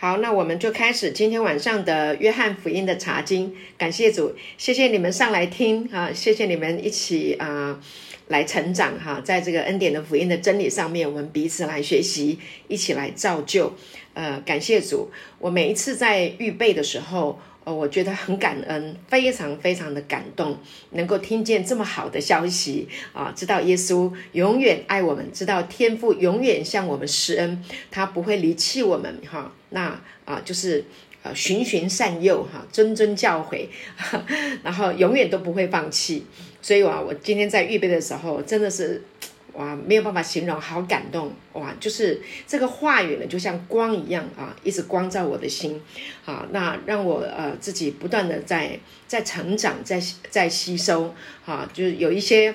好，那我们就开始今天晚上的约翰福音的查经。感谢主，谢谢你们上来听啊，谢谢你们一起来成长哈，在这个恩典的福音的真理上面，我们彼此来学习，一起来造就。感谢主，我每一次在预备的时候，我觉得很感恩，非常非常的感动，能够听见这么好的消息啊！知道耶稣永远爱我们，知道天父永远向我们施恩，他不会离弃我们哈。那就是循循善诱哈，谆谆教诲，然后永远都不会放弃。所以我今天在预备的时候，真的是哇，没有办法形容，好感动哇！就是这个话语呢，就像光一样啊，一直光照我的心啊，那让我自己不断的在成长，在吸收啊，就是有一些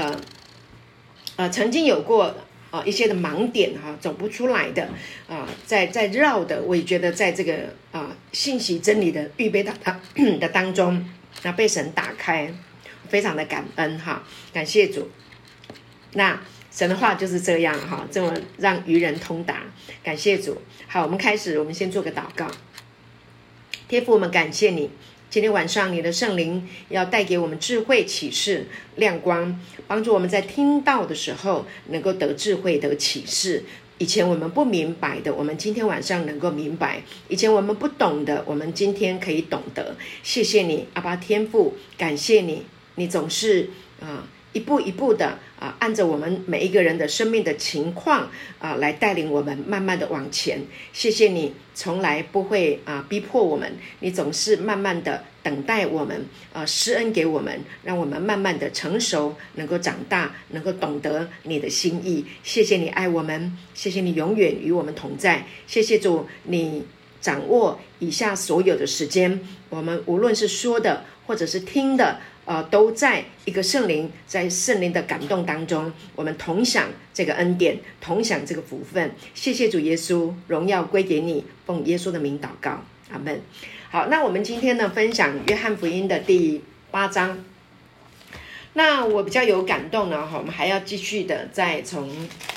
曾经有过一些的盲点哈，走不出来的在绕的，我也觉得在这个信息真理的预备的当中，那被神打开，非常的感恩哈，感谢主。那神的话就是这样哈，这么让愚人通达，感谢主。好，我们开始，我们先做个祷告。天父，我们感谢你，今天晚上你的圣灵要带给我们智慧、启示、亮光，帮助我们在听到的时候能够得智慧、得启示。以前我们不明白的，我们今天晚上能够明白；以前我们不懂的，我们今天可以懂得。谢谢你，阿爸天父，感谢你，你总是一步一步的按着我们每一个人的生命的情况来带领我们慢慢的往前。谢谢你从来不会逼迫我们，你总是慢慢的等待我们施恩给我们，让我们慢慢的成熟，能够长大，能够懂得你的心意。谢谢你爱我们，谢谢你永远与我们同在。谢谢主，你掌握以下所有的时间，我们无论是说的或者是听的都在一个圣灵，在圣灵的感动当中，我们同享这个恩典，同享这个福分。谢谢主耶稣，荣耀归给你，奉耶稣的名祷告，阿们。好，那我们今天呢分享约翰福音的第8章。那我比较有感动呢，我们还要继续的再从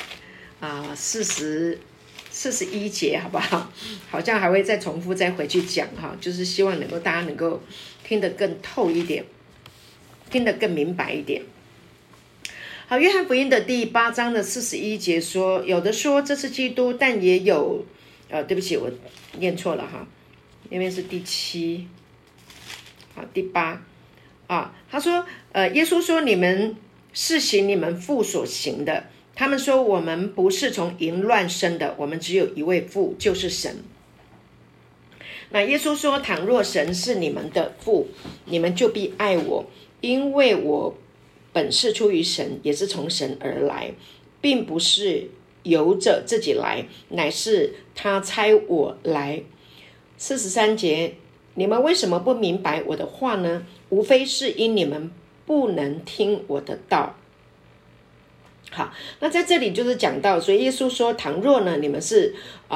41节好不好？好像还会再重复再回去讲哈，就是希望能够大家能够听得更透一点，听得更明白一点。好，约翰福音的第8章的41节说，有的说这是基督，但也有对不起，我念错了哈，那边是第7，第8他说耶稣说，你们是行你们父所行的。他们说，我们不是从淫乱生的，我们只有一位父，就是神。那耶稣说，倘若神是你们的父，你们就必爱我，因为我本是出于神，也是从神而来，并不是由着自己来，乃是他差我来。43节，你们为什么不明白我的话呢？无非是因你们不能听我的道。好，那在这里就是讲到，所以耶稣说，倘若呢，你们是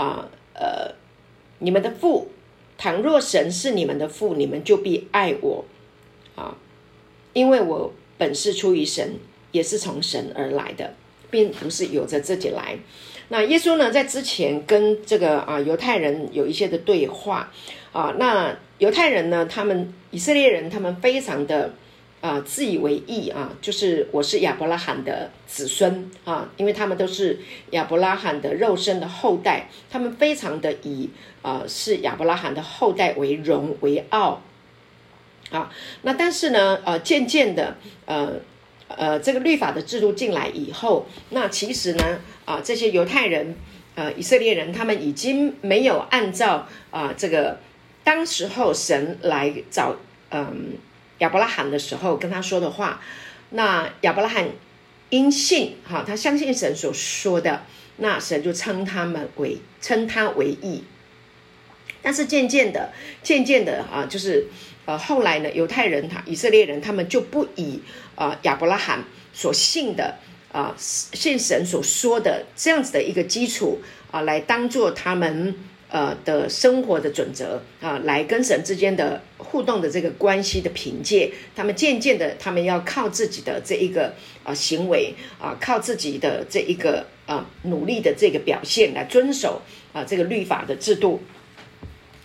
你们的父，倘若神是你们的父，你们就必爱我因为我本是出于神，也是从神而来的，并不是有着自己来。那耶稣呢，在之前跟这个犹太人有一些的对话那犹太人呢，他们以色列人，他们非常的自以为意就是我是亚伯拉罕的子孙因为他们都是亚伯拉罕的肉身的后代，他们非常的以是亚伯拉罕的后代为荣为傲那但是呢渐渐的这个律法的制度进来以后，那其实呢这些犹太人以色列人，他们已经没有按照这个当时候神来找亚伯拉罕的时候跟他说的话，那亚伯拉罕因信他相信神所说的，那神就称他为义。但是渐渐的就是后来呢，犹太人以色列人他们就不以亚伯拉罕所信的信神所说的这样子的一个基础来当做他们的生活的准则来跟神之间的互动的这个关系的凭借，他们渐渐的他们要靠自己的这一个行为靠自己的这一个努力的这个表现来遵守这个律法的制度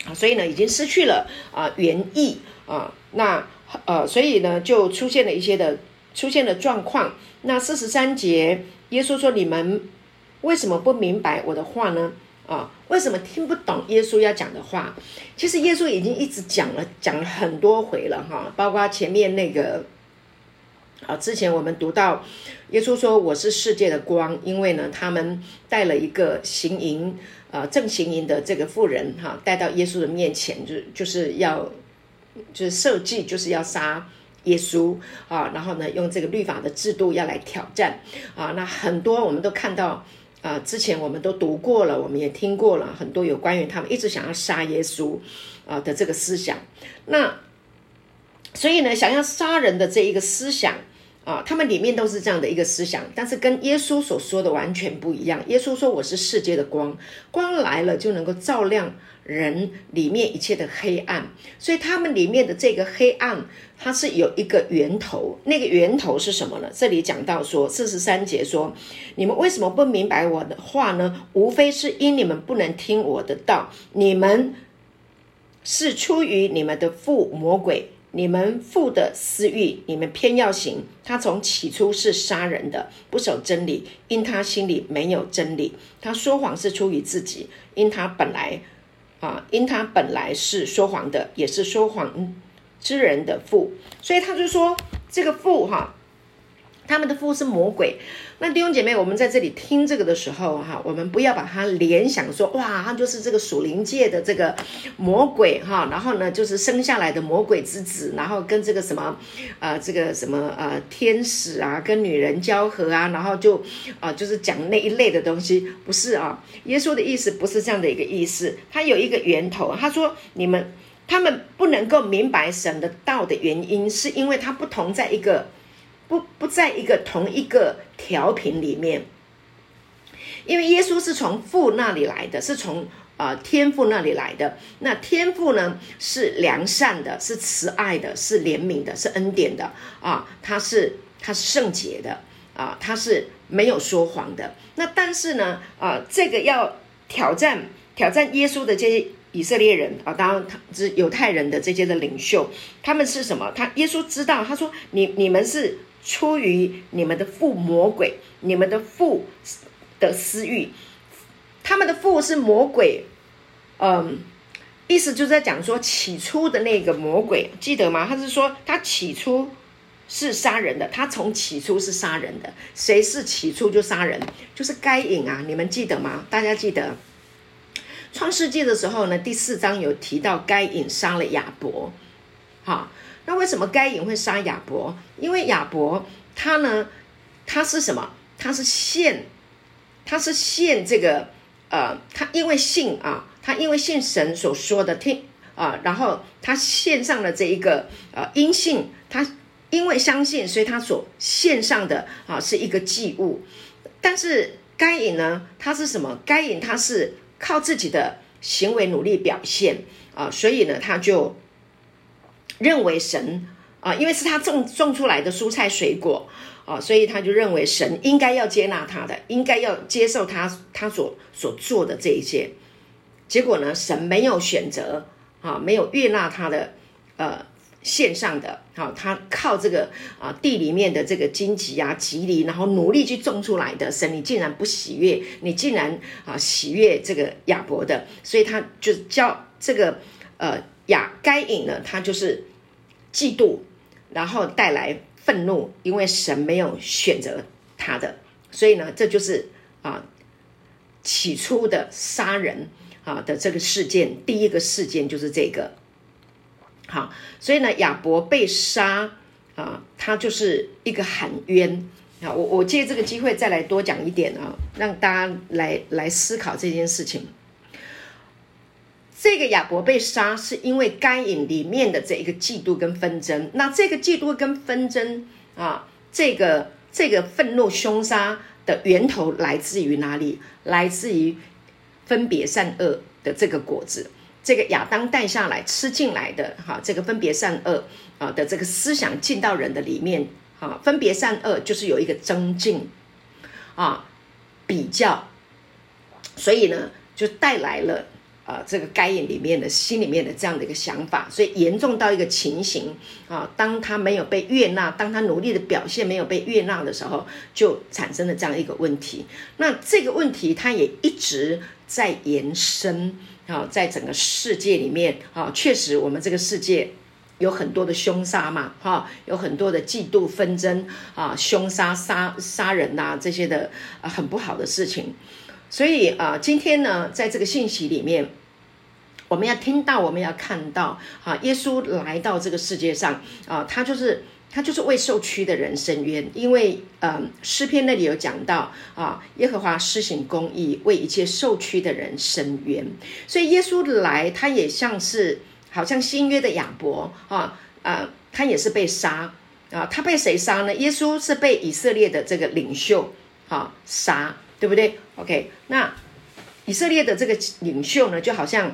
所以呢已经失去了原意所以呢就出现了状况。那43节耶稣说，你们为什么不明白我的话呢？为什么听不懂耶稣要讲的话？其实耶稣已经一直讲了很多回了哈，包括前面那个之前我们读到耶稣说我是世界的光，因为呢他们带了一个正行淫的这个妇人带到耶稣的面前，就是设计就是要杀耶稣然后呢用这个律法的制度要来挑战那很多我们都看到之前我们都读过了，我们也听过了很多有关于他们一直想要杀耶稣的这个思想。那所以呢想要杀人的这一个思想他们里面都是这样的一个思想，但是跟耶稣所说的完全不一样。耶稣说我是世界的光，光来了就能够照亮人里面一切的黑暗，所以他们里面的这个黑暗它是有一个源头，那个源头是什么呢？这里讲到说43节说，你们为什么不明白我的话呢？无非是因你们不能听我的道，你们是出于你们的父魔鬼，你们父的私欲，你们偏要行。他从起初是杀人的，不守真理，因他心里没有真理。他说谎是出于自己，因他本来是说谎的，也是说谎之人的父。所以他就说这个父他们的父是魔鬼。那弟兄姐妹，我们在这里听这个的时候我们不要把它联想说哇，他就是这个属灵界的这个魔鬼然后呢就是生下来的魔鬼之子，然后跟这个什么天使跟女人交合然后就是讲那一类的东西。不是耶稣的意思不是这样的一个意思，他有一个源头。他说他们不能够明白神的道的原因，是因为他不在一个同一个调频里面。因为耶稣是从父那里来的，是从天父那里来的。那天父呢是良善的，是慈爱的，是怜悯的，是恩典的他是圣洁的他是没有说谎的。那但是呢这个要挑战耶稣的这些以色列人当然是犹太人的这些的领袖，他们是什么？耶稣知道，他说你们是出于你们的父魔鬼，你们的父的私欲。他们的父是魔鬼意思就是在讲说起初的那个魔鬼，记得吗？他是说他起初是杀人的，他从起初是杀人的。谁是起初就杀人？就是该隐你们记得吗？大家记得创世纪的时候呢，第4章有提到该隐杀了亚伯那为什么该隐会杀亚伯？因为亚伯他是什么？他是献这个他因为信神所说的然后他献上了这一个因信，他因为相信，所以他所献上的是一个祭物。但是该隐呢，他是什么？该隐他是靠自己的行为努力表现所以呢他就认为神因为是他种出来的蔬菜水果所以他就认为神应该要接纳他的，应该要接受他所做的这一些。结果呢神没有选择没有悦纳他的线上的他靠这个地里面的这个荆棘棘藜，然后努力去种出来的，神你竟然不喜悦，你竟然喜悦这个亚伯的。所以他就叫这个该隐呢，他就是嫉妒，然后带来愤怒，因为神没有选择他的。所以呢这就是起初的杀人的这个事件，第一个事件就是这个所以呢亚伯被杀他就是一个喊冤我借这个机会再来多讲一点让大家来思考这件事情。这个亚伯被杀是因为该隐里面的这一个嫉妒跟纷争。那这个嫉妒跟纷争这个愤怒凶杀的源头来自于哪里？来自于分别善恶的这个果子，这个亚当带下来吃进来的这个分别善恶的这个思想进到人的里面分别善恶就是有一个争竞比较，所以呢就带来了这个该隐里面的心里面的这样的一个想法，所以严重到一个情形当他没有被悦纳，当他努力的表现没有被悦纳的时候，就产生了这样一个问题。那这个问题它也一直在延伸在整个世界里面确实我们这个世界有很多的凶杀嘛有很多的嫉妒纷争凶杀杀人这些的很不好的事情。所以今天呢，在这个信息里面，我们要听到，我们要看到耶稣来到这个世界上他就是为受屈的人伸冤。因为诗篇那里有讲到耶和华施行公义，为一切受屈的人伸冤。所以耶稣来，他也好像新约的亚伯他也是被杀他被谁杀呢？耶稣是被以色列的这个领袖杀，对不对 ？OK， 那以色列的这个领袖呢，就好像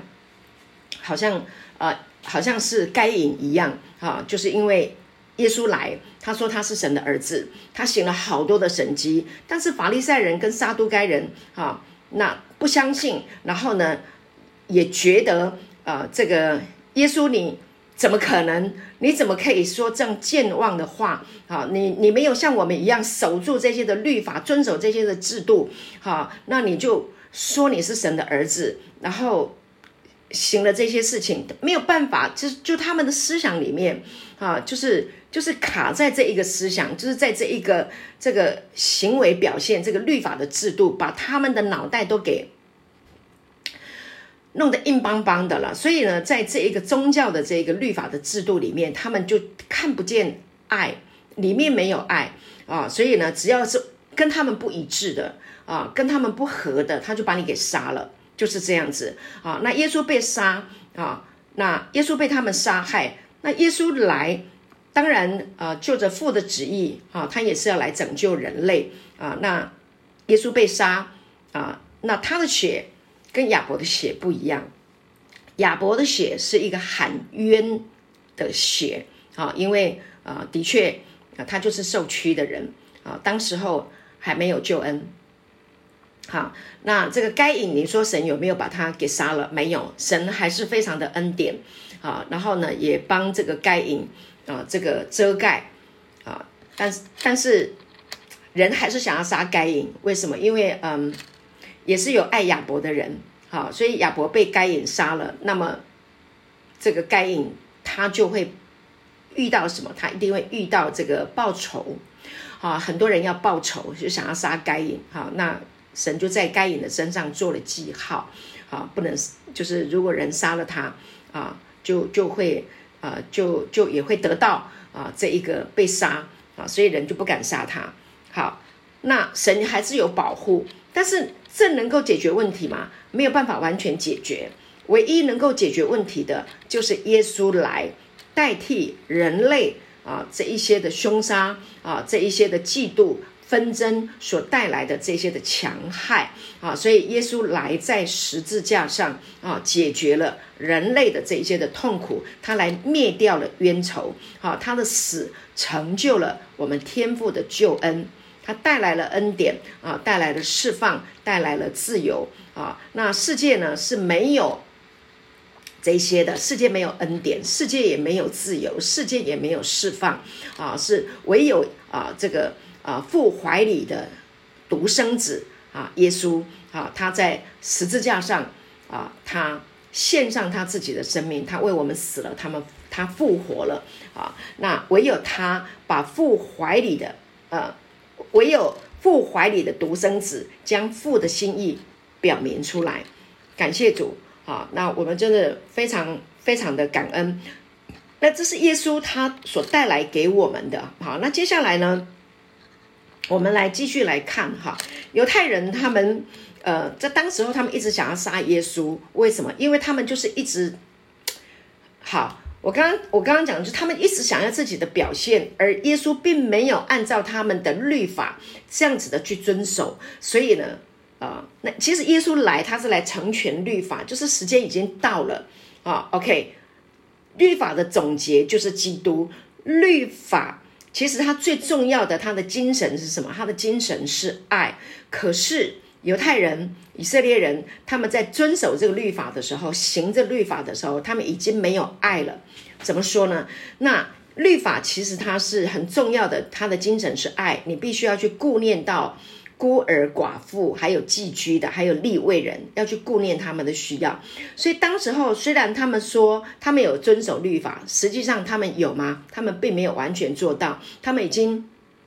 是该隐一样就是因为耶稣来，他说他是神的儿子，他行了好多的神迹，但是法利赛人跟撒都该人那不相信，然后呢也觉得这个耶稣你怎么可能？你怎么可以说这样健忘的话你没有像我们一样守住这些的律法，遵守这些的制度那你就说你是神的儿子，然后行了这些事情，没有办法，就他们的思想里面就是卡在这一个思想，就是在这个行为表现，这个律法的制度，把他们的脑袋都给弄得硬邦邦的了。所以呢，在这一个宗教的这个律法的制度里面，他们就看不见爱，里面没有爱所以呢，只要是跟他们不一致的跟他们不合的，他就把你给杀了，就是这样子那耶稣被杀那耶稣被他们杀害，那耶稣来，当然就着父的旨意他也是要来拯救人类那耶稣被杀那他的血跟亚伯的血不一样，亚伯的血是一个喊冤的血因为的确他就是受屈的人当时候还没有救恩好，那这个该隐，你说神有没有把他给杀了？没有，神还是非常的恩典然后呢也帮这个该隐这个遮盖但是人还是想要杀该隐，为什么？因为也是有爱亚伯的人所以亚伯被该隐杀了，那么这个该隐他就会遇到什么？他一定会遇到这个报仇很多人要报仇，就想要杀该隐那神就在该隐的身上做了记号不能就是如果人杀了他就会就也会得到这一个被杀所以人就不敢杀他。好，那神还是有保护，但是这能够解决问题吗？没有办法完全解决，唯一能够解决问题的就是耶稣来代替人类这一些的凶杀这一些的嫉妒纷争所带来的这些的强害所以耶稣来在十字架上解决了人类的这一些的痛苦，他来灭掉了冤仇他的死成就了我们天父的救恩，他带来了恩典带来了释放，带来了自由那世界呢是没有这些的，世界没有恩典，世界也没有自由，世界也没有释放是唯有这个父怀里的独生子耶稣他在十字架上他献上他自己的生命，他为我们死了，他复活了那唯有他把父怀里的唯有父怀里的独生子将父的心意表明出来，感谢主那我们真的非常非常的感恩，那这是耶稣他所带来给我们的好，那接下来呢我们来继续来看犹太人他们在当时候他们一直想要杀耶稣，为什么？因为他们就是一直好，我刚刚讲的就是他们一直想要自己的表现，而耶稣并没有按照他们的律法这样子的去遵守，所以呢那其实耶稣来他是来成全律法，就是时间已经到了OK， 律法的总结就是基督。律法其实它最重要的它的精神是什么？它的精神是爱，可是犹太人、以色列人，他们在遵守这个律法的时候，行这律法的时候，他们已经没有爱了。怎么说呢？那律法其实它是很重要的，它的精神是爱，你必须要去顾念到孤儿寡妇，还有寄居的，还有利未人，要去顾念他们的需要。所以当时候虽然他们说他们有遵守律法，实际上他们有吗？他们并没有完全做到，他们已经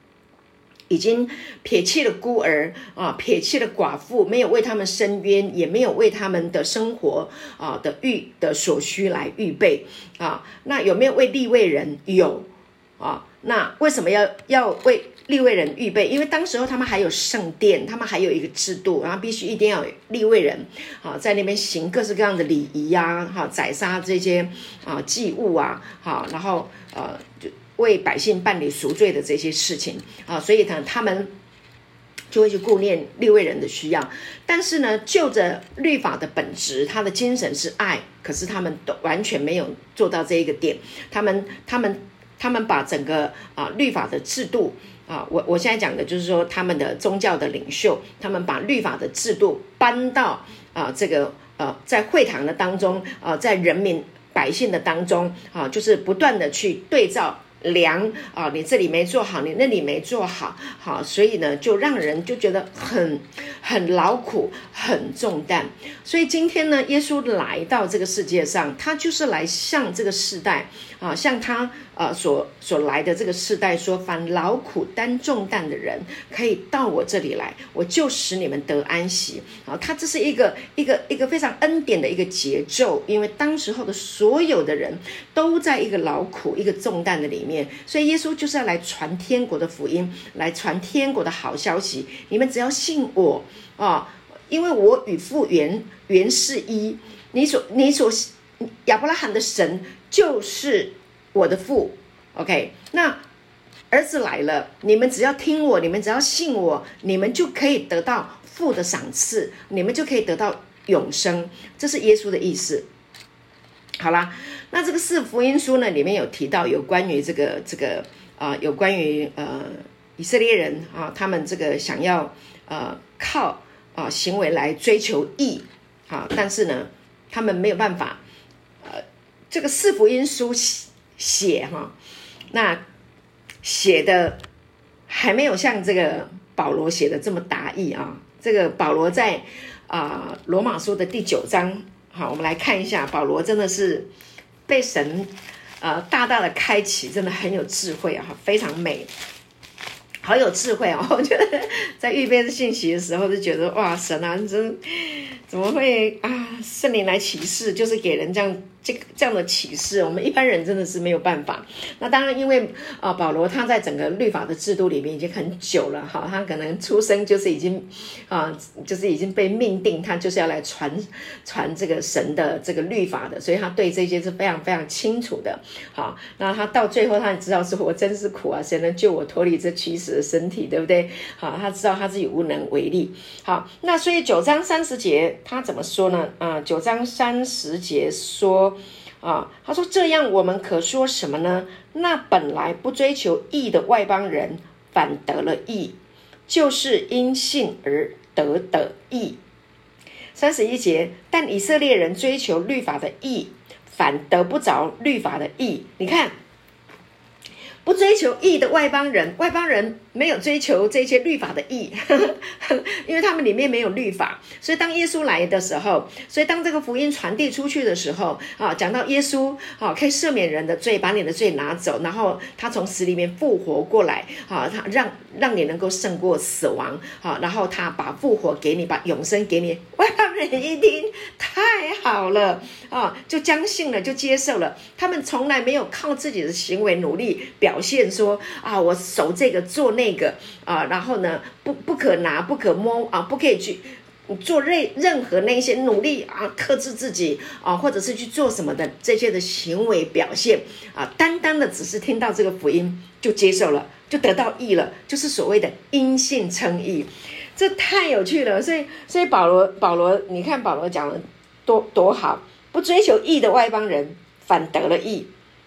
撇弃了孤儿啊，撇弃了寡妇，没有为他们伸冤，也没有为他们的生活啊的所需来预备啊。那有没有为利未人？有啊。那为什么要为利未人预备？因为当时候他们还有圣殿，他们还有一个制度，然后必须一定要有利未人啊，在那边行各式各样的礼仪啊，哈，宰杀这些啊祭物啊，好，然后就为百姓办理赎罪的这些事情啊，所以呢，他们就会去顾念利未人的需要。但是呢，就着律法的本质，它的精神是爱，可是他们都完全没有做到这一个点。他们把整个律法的制度啊，我现在讲的就是说，他们的宗教的领袖，他们把律法的制度搬到这个在会堂的当中在人民百姓的当中就是不断的去对照量你这里没做好，你那里没做好，好，所以呢，就让人就觉得很劳苦，很重担。所以今天呢，耶稣来到这个世界上，他就是来向这个世代向他所来的这个世代说，凡劳苦担重担的人，可以到我这里来，我就使你们得安息他这是一个非常恩典的一个节奏，因为当时候的所有的人都在一个劳苦、一个重担的里面，所以耶稣就是要来传天国的福音，来传天国的好消息。你们只要信我因为我与父原是一，你所亚伯拉罕的神就是我的父。 OK， 那儿子来了，你们只要听我，你们只要信我，你们就可以得到父的赏赐，你们就可以得到永生，这是耶稣的意思。好啦，那这个四福音书呢，里面有提到有关于有关于以色列人他们这个想要靠行为来追求义但是呢，他们没有办法这个四福音书写那写的还没有像这个保罗写的这么达意这个保罗在罗马书的第9章，好，我们来看一下，保罗真的是被神大大的开启，真的很有智慧非常美，好有智慧我觉得在预备信息的时候就觉得哇，神真怎么会圣灵来启示，就是给人这样的启示，我们一般人真的是没有办法。那当然因为保罗他在整个律法的制度里面已经很久了他可能出生就是已经就是已经被命定他就是要来传这个神的这个律法的，所以他对这些是非常非常清楚的那他到最后他也知道说，我真是苦谁能救我脱离这驱使的身体，对不对他知道他自己无能为力。好，那所以9章30节他怎么说呢9章30节说他说，这样我们可说什么呢？那本来不追求义的外邦人反得了义，就是因信而得的义。31节，但以色列人追求律法的义，反得不着律法的义。你看，不追求义的外邦人没有追求这些律法的义因为他们里面没有律法，所以当耶稣来的时候，所以当这个福音传递出去的时候讲到耶稣可以赦免人的罪，把你的罪拿走，然后他从死里面复活过来他让你能够胜过死亡然后他把复活给你，把永生给你。外邦人一听太好了就相信了，就接受了。他们从来没有靠自己的行为努力表现说我守这个做那个然后呢不可拿不可摸不可以去做任何那些努力克制自己或者是去做什么的这些的行为表现单单的只是听到这个福音就接受了，就得到义了，就是所谓的因信称义。这太有趣了。所以保罗你看保罗讲的多好，不追求义的外邦人反得了义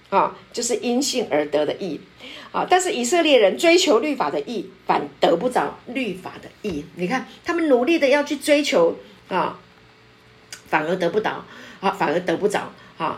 就是因信而得的义但是以色列人追求律法的义，反得不着律法的义。你看他们努力的要去追求反而得不到反而得不着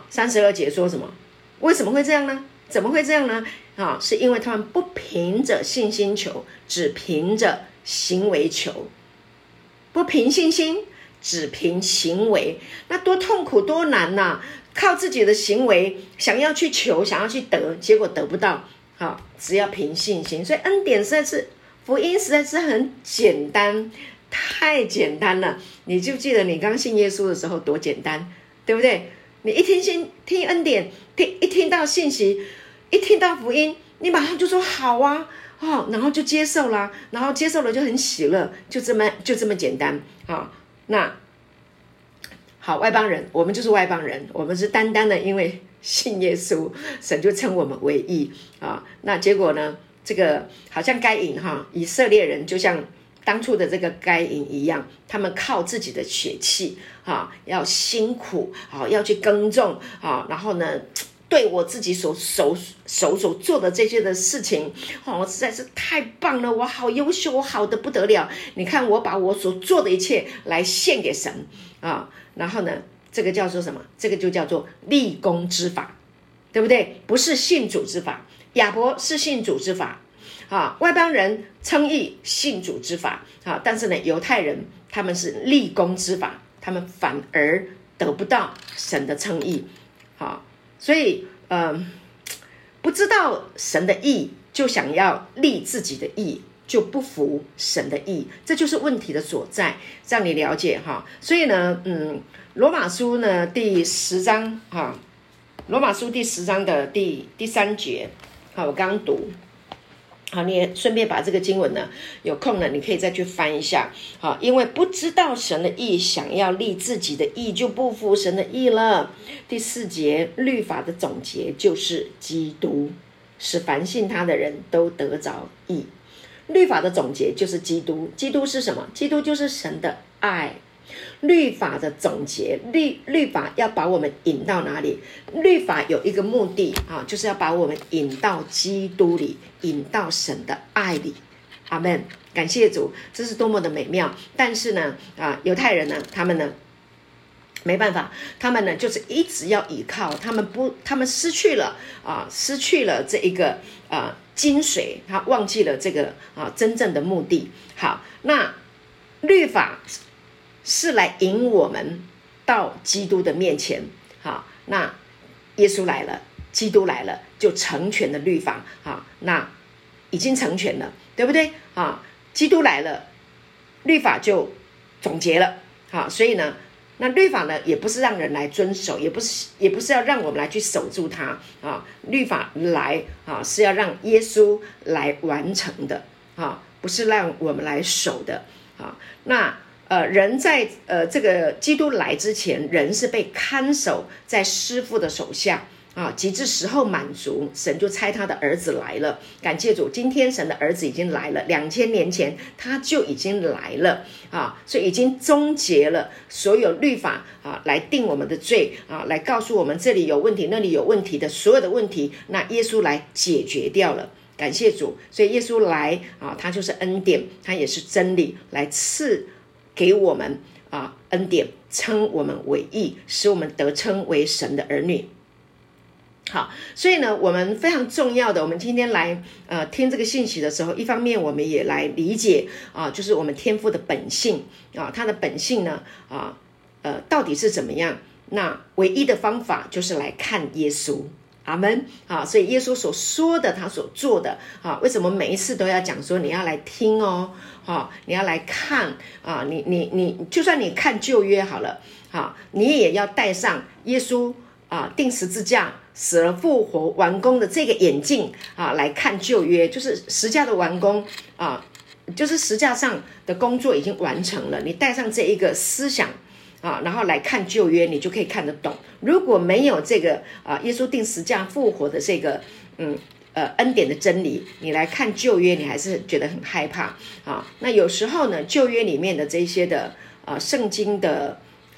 32节说什么？为什么会这样呢？怎么会这样呢？是因为他们不凭着信心求，只凭着行为求。不凭信心，只凭行为，那多痛苦多难呐！靠自己的行为想要去求，想要去得，结果得不到只要凭信心。所以恩典实在是，福音实在是很简单，太简单了。你就记得你刚信耶稣的时候多简单，对不对？你一听恩典，一听到信息，一听到福音，你马上就说好啊然后就接受啦，然后接受了就很喜乐，就这么简单那好，外邦人，我们就是外邦人，我们是单单的因为信耶稣，神就称我们为义那结果呢？这个好像该隐以色列人就像当初的这个该隐一样，他们靠自己的血气要辛苦要去耕种然后呢，对我自己所做的这些的事情我实在是太棒了，我好优秀，我好的不得了。你看我把我所做的一切来献给神然后呢，这个叫做什么？这个就叫做立功之法，对不对？不是信主之法。亚伯是信主之法外邦人称义信主之法但是呢，犹太人他们是立功之法，他们反而得不到神的称义所以不知道神的义，就想要立自己的义，就不服神的义，这就是问题的所在，让你了解所以呢罗马书呢第10章罗马书第10章的第3节我刚读你也顺便把这个经文呢，有空呢你可以再去翻一下因为不知道神的义，想要立自己的义，就不服神的义了。第4节，律法的总结就是基督，使凡信他的人都得着义。律法的总结就是基督，基督是什么？基督就是神的爱。律法的总结，律法要把我们引到哪里？律法有一个目的就是要把我们引到基督里，引到神的爱里。阿们，感谢主，这是多么的美妙。但是呢犹太人呢，他们呢没办法，他们呢就是一直要依靠，他们失去了这一个精髓，他忘记了这个真正的目的。好，那律法是来引我们到基督的面前。好，那耶稣来了，基督来了，就成全了律法那已经成全了，对不对基督来了，律法就总结了所以呢，那律法呢也不是让人来遵守，也不是要让我们来去守住它律法来是要让耶稣来完成的不是让我们来守的那人在这个基督来之前，人是被看守在师父的手下及至时候满足，神就差他的儿子来了。感谢主，今天神的儿子已经来了，2000年前他就已经来了所以已经终结了所有律法来定我们的罪来告诉我们这里有问题那里有问题的所有的问题，那耶稣来解决掉了。感谢主，所以耶稣来他就是恩典，他也是真理，来赐给我们恩典，称我们为义，使我们得称为神的儿女。好，所以呢，我们非常重要的，我们今天来听这个信息的时候，一方面我们也来理解就是我们天父的本性他的本性呢到底是怎么样？那唯一的方法就是来看耶稣。阿们所以耶稣所说的，他所做的为什么每一次都要讲说你要来听你要来看你就算你看旧约好了你也要戴上耶稣钉十字架死而复活完工的这个眼镜来看旧约，就是十架的完工就是十架上的工作已经完成了，你带上这一个思想然后来看旧约，你就可以看得懂。如果没有这个耶稣钉十架复活的这个恩典的真理，你来看旧约，你还是觉得很害怕那有时候呢，旧约里面的这些的圣经的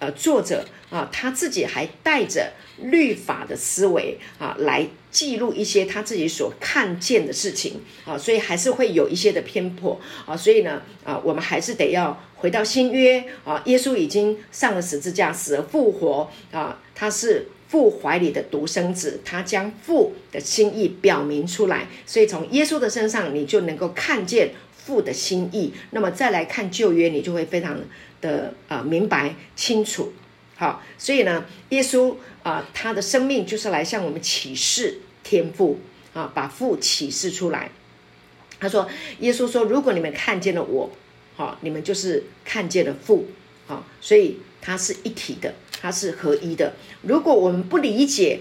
作者他自己还带着律法的思维来记录一些他自己所看见的事情所以还是会有一些的偏颇所以呢我们还是得要回到新约耶稣已经上了十字架，死而复活他是父怀里的独生子，他将父的心意表明出来，所以从耶稣的身上你就能够看见父的心意，那么再来看旧约，你就会非常的明白清楚。好，所以呢，耶稣他的生命就是来向我们启示天父把父启示出来。他说，耶稣说，如果你们看见了我，你们就是看见了父，所以它是一体的，它是合一的。如果我们不理解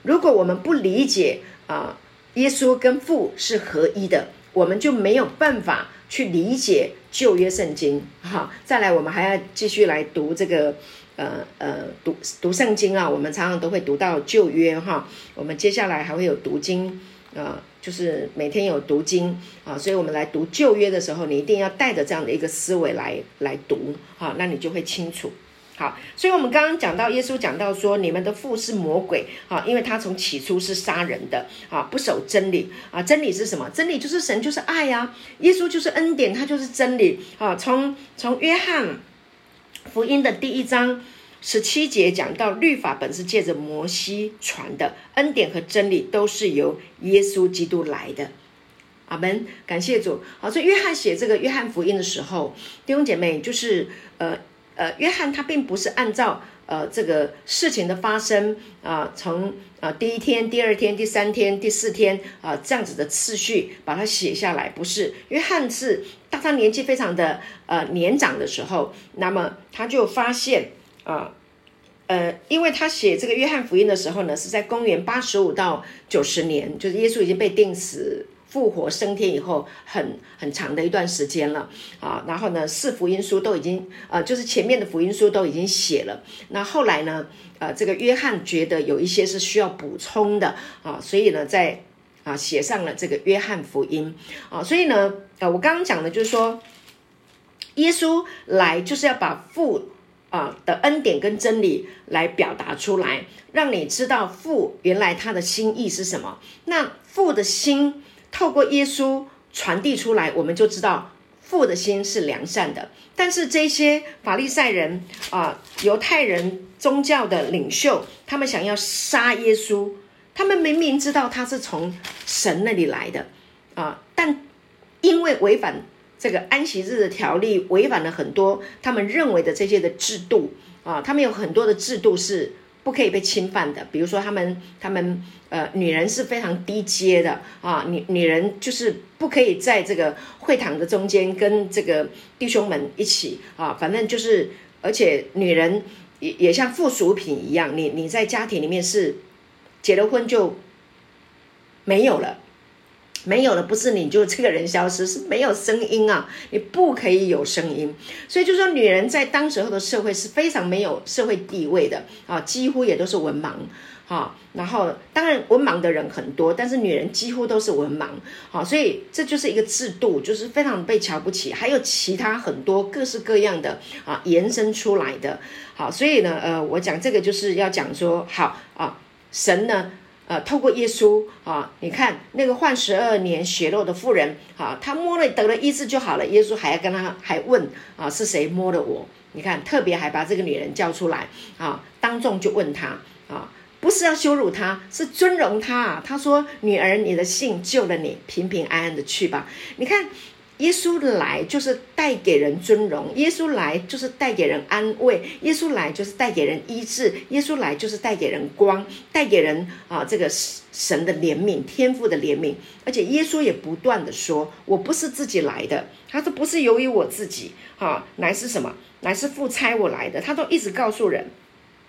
耶稣跟父是合一的，我们就没有办法去理解旧约圣经。再来我们还要继续来读这个读圣经我们常常都会读到旧约我们接下来还会有读经就是每天有读经所以我们来读旧约的时候，你一定要带着这样的一个思维来读那你就会清楚。好，所以我们刚刚讲到耶稣讲到说，你们的父是魔鬼因为他从起初是杀人的不守真理真理是什么？真理就是神，就是爱耶稣就是恩典，他就是真理从约翰福音的第1章17节讲到，律法本是借着摩西传的，恩典和真理都是由耶稣基督来的。阿们，感谢主。所以约翰写这个约翰福音的时候，弟兄姐妹，就是约翰他并不是按照这个事情的发生从第1天、第2天、第3天、第4天这样子的次序把它写下来，不是。约翰是当他年纪非常的年长的时候，那么他就发现因为他写这个约翰福音的时候呢，是在公元85到90年，就是耶稣已经被钉死复活升天以后很长的一段时间了然后呢4福音书都已经就是前面的福音书都已经写了，那后来呢这个约翰觉得有一些是需要补充的所以呢在写上了这个约翰福音所以呢我刚刚讲的就是说，耶稣来就是要把父的恩典跟真理来表达出来，让你知道父原来他的心意是什么。那父的心透过耶稣传递出来，我们就知道父的心是良善的。但是这些法利赛人犹太人宗教的领袖，他们想要杀耶稣，他们明明知道他是从神那里来的但因为违反这个安息日的条例，违反了很多他们认为的这些的制度他们有很多的制度是不可以被侵犯的。比如说他们女人是非常低阶的女人就是不可以在这个会堂的中间跟这个弟兄们一起反正就是，而且女人也像附属品一样，你在家庭里面是结了婚就没有了，不是你就这个人消失，是没有声音你不可以有声音。所以就说女人在当时候的社会是非常没有社会地位的几乎也都是文盲然后当然文盲的人很多，但是女人几乎都是文盲所以这就是一个制度，就是非常被瞧不起。还有其他很多各式各样的延伸出来的所以呢我讲这个就是要讲说神呢透过耶稣你看那个患12年血漏的妇人她摸了得了医治就好了，耶稣还要跟她还问是谁摸了我？你看特别还把这个女人叫出来当众就问她不是要羞辱她，是尊荣她他说女儿，你的信救了你，平平安安的去吧。你看耶稣来就是带给人尊荣，耶稣来就是带给人安慰，耶稣来就是带给人医治，耶稣来就是带给人光，带给人这个神的怜悯，天父的怜悯。而且耶稣也不断的说，我不是自己来的，他说不是由于我自己乃是什么？乃是父差我来的。他都一直告诉人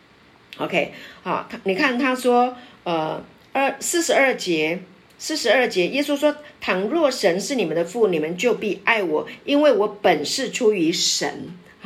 OK 你看他说42节耶稣说，倘若神是你们的父，你们就必爱我，因为我本是出于神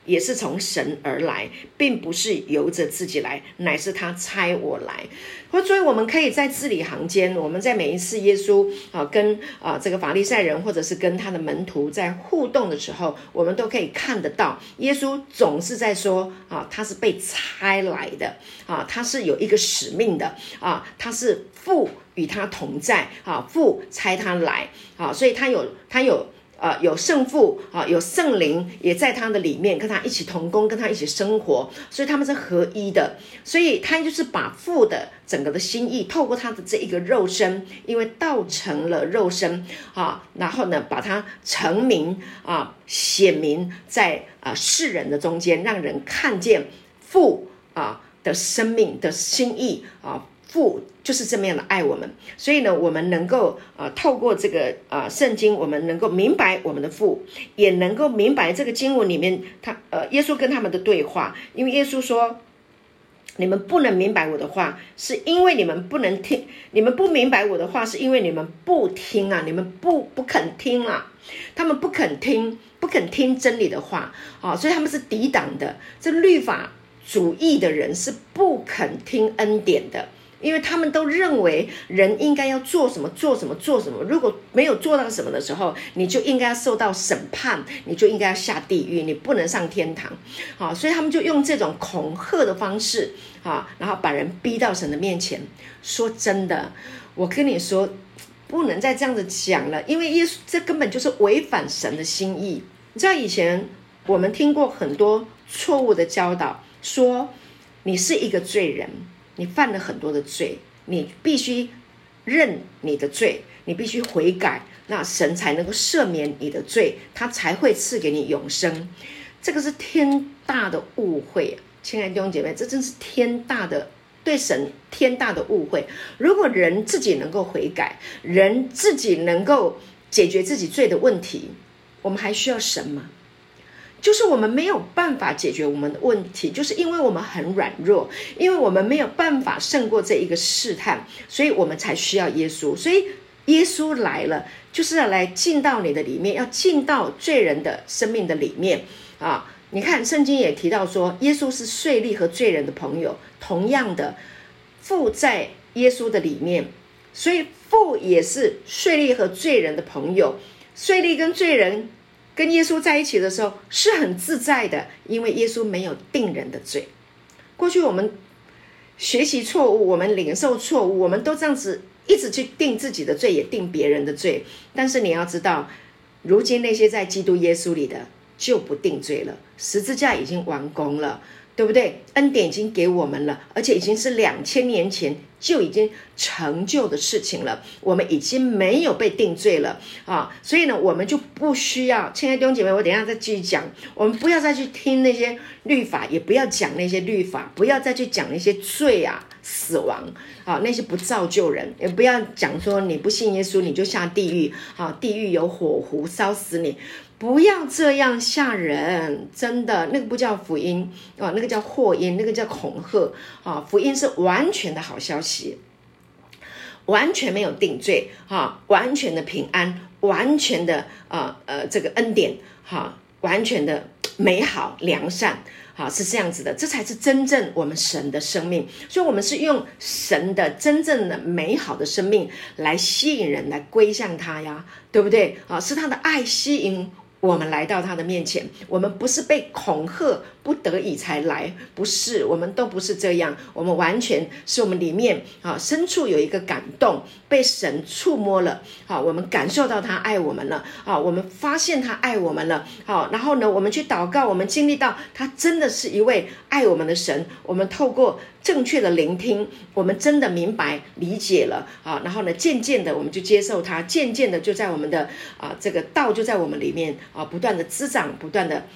也是从神而来，并不是由着自己来，乃是他差我来。所以我们可以在字里行间，我们在每一次耶稣跟这个法利赛人或者是跟他的门徒在互动的时候，我们都可以看得到，耶稣总是在说他是被差来的他是有一个使命的他是父与他同在父差他来所以他有圣父有圣灵也在他的里面，跟他一起同工，跟他一起生活，所以他们是合一的。所以他就是把父的整个的心意透过他的这一个肉身，因为道成了肉身然后呢把它成名显明在世人的中间，让人看见父的生命的心意父就是这么样的爱我们。所以呢我们能够透过这个圣经，我们能够明白我们的父，也能够明白这个经文里面耶稣跟他们的对话。因为耶稣说，你们不能明白我的话，是因为你们不能听，你们不明白我的话，是因为你们不听你们不肯听他们不肯听真理的话所以他们是抵挡的。这律法主义的人是不肯听恩典的，因为他们都认为人应该要做什么，如果没有做到什么的时候，你就应该要受到审判，你就应该要下地狱，你不能上天堂所以他们就用这种恐吓的方式然后把人逼到神的面前。说真的，我跟你说不能再这样子讲了，因为耶稣这根本就是违反神的心意。你知道以前我们听过很多错误的教导，说你是一个罪人，你犯了很多的罪，你必须认你的罪，你必须悔改，那神才能够赦免你的罪，他才会赐给你永生。这个是天大的误会亲爱的弟兄姐妹，这真是对神天大的误会。如果人自己能够悔改，人自己能够解决自己罪的问题，我们还需要神吗？就是我们没有办法解决我们的问题，就是因为我们很软弱，因为我们没有办法胜过这一个试探，所以我们才需要耶稣。所以耶稣来了，就是要来进到你的里面，要进到罪人的生命的里面你看圣经也提到说，耶稣是税吏和罪人的朋友，同样的父在耶稣的里面，所以父也是税吏和罪人的朋友。税吏跟罪人跟耶稣在一起的时候是很自在的，因为耶稣没有定人的罪。过去我们学习错误，我们领受错误，我们都这样子一直去定自己的罪，也定别人的罪。但是你要知道，如今那些在基督耶稣里的就不定罪了，十字架已经完工了，对不对？恩典已经给我们了，而且已经是2000年前就已经成就的事情了，我们已经没有被定罪了所以呢我们就不需要。亲爱的弟兄姐妹，我等一下再继续讲，我们不要再去听那些律法，也不要讲那些律法，不要再去讲那些罪死亡那些不造就人，也不要讲说你不信耶稣你就下地狱地狱有火湖烧死你，不要这样吓人，真的，那个不叫福音那个叫祸音，那个叫恐吓福音是完全的好消息，完全没有定罪完全的平安，完全的这个恩典完全的美好良善是这样子的，这才是真正我们神的生命。所以我们是用神的真正的美好的生命来吸引人来归向他呀，对不对是他的爱吸引我们来到他的面前，我们不是被恐吓不得已才来，不是，我们都不是这样，我们完全是我们里面深处有一个感动，被神触摸了我们感受到他爱我们了我们发现他爱我们了然后呢我们去祷告，我们经历到他真的是一位爱我们的神，我们透过正确的聆听，我们真的明白理解了然后呢渐渐的我们就接受他，渐渐的就在我们的这个道就在我们里面不断的滋长，不断的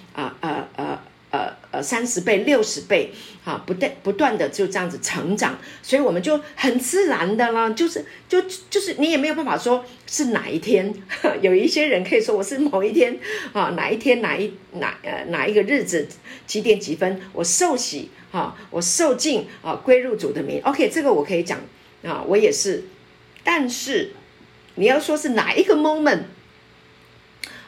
30倍60倍不断的就这样子成长，所以我们就很自然的啦，就是你也没有办法说是哪一天有一些人可以说我是某一天哪一天哪一个日子几点几分我受洗我受尽归入主的名 OK， 这个我可以讲我也是。但是你要说是哪一个 moment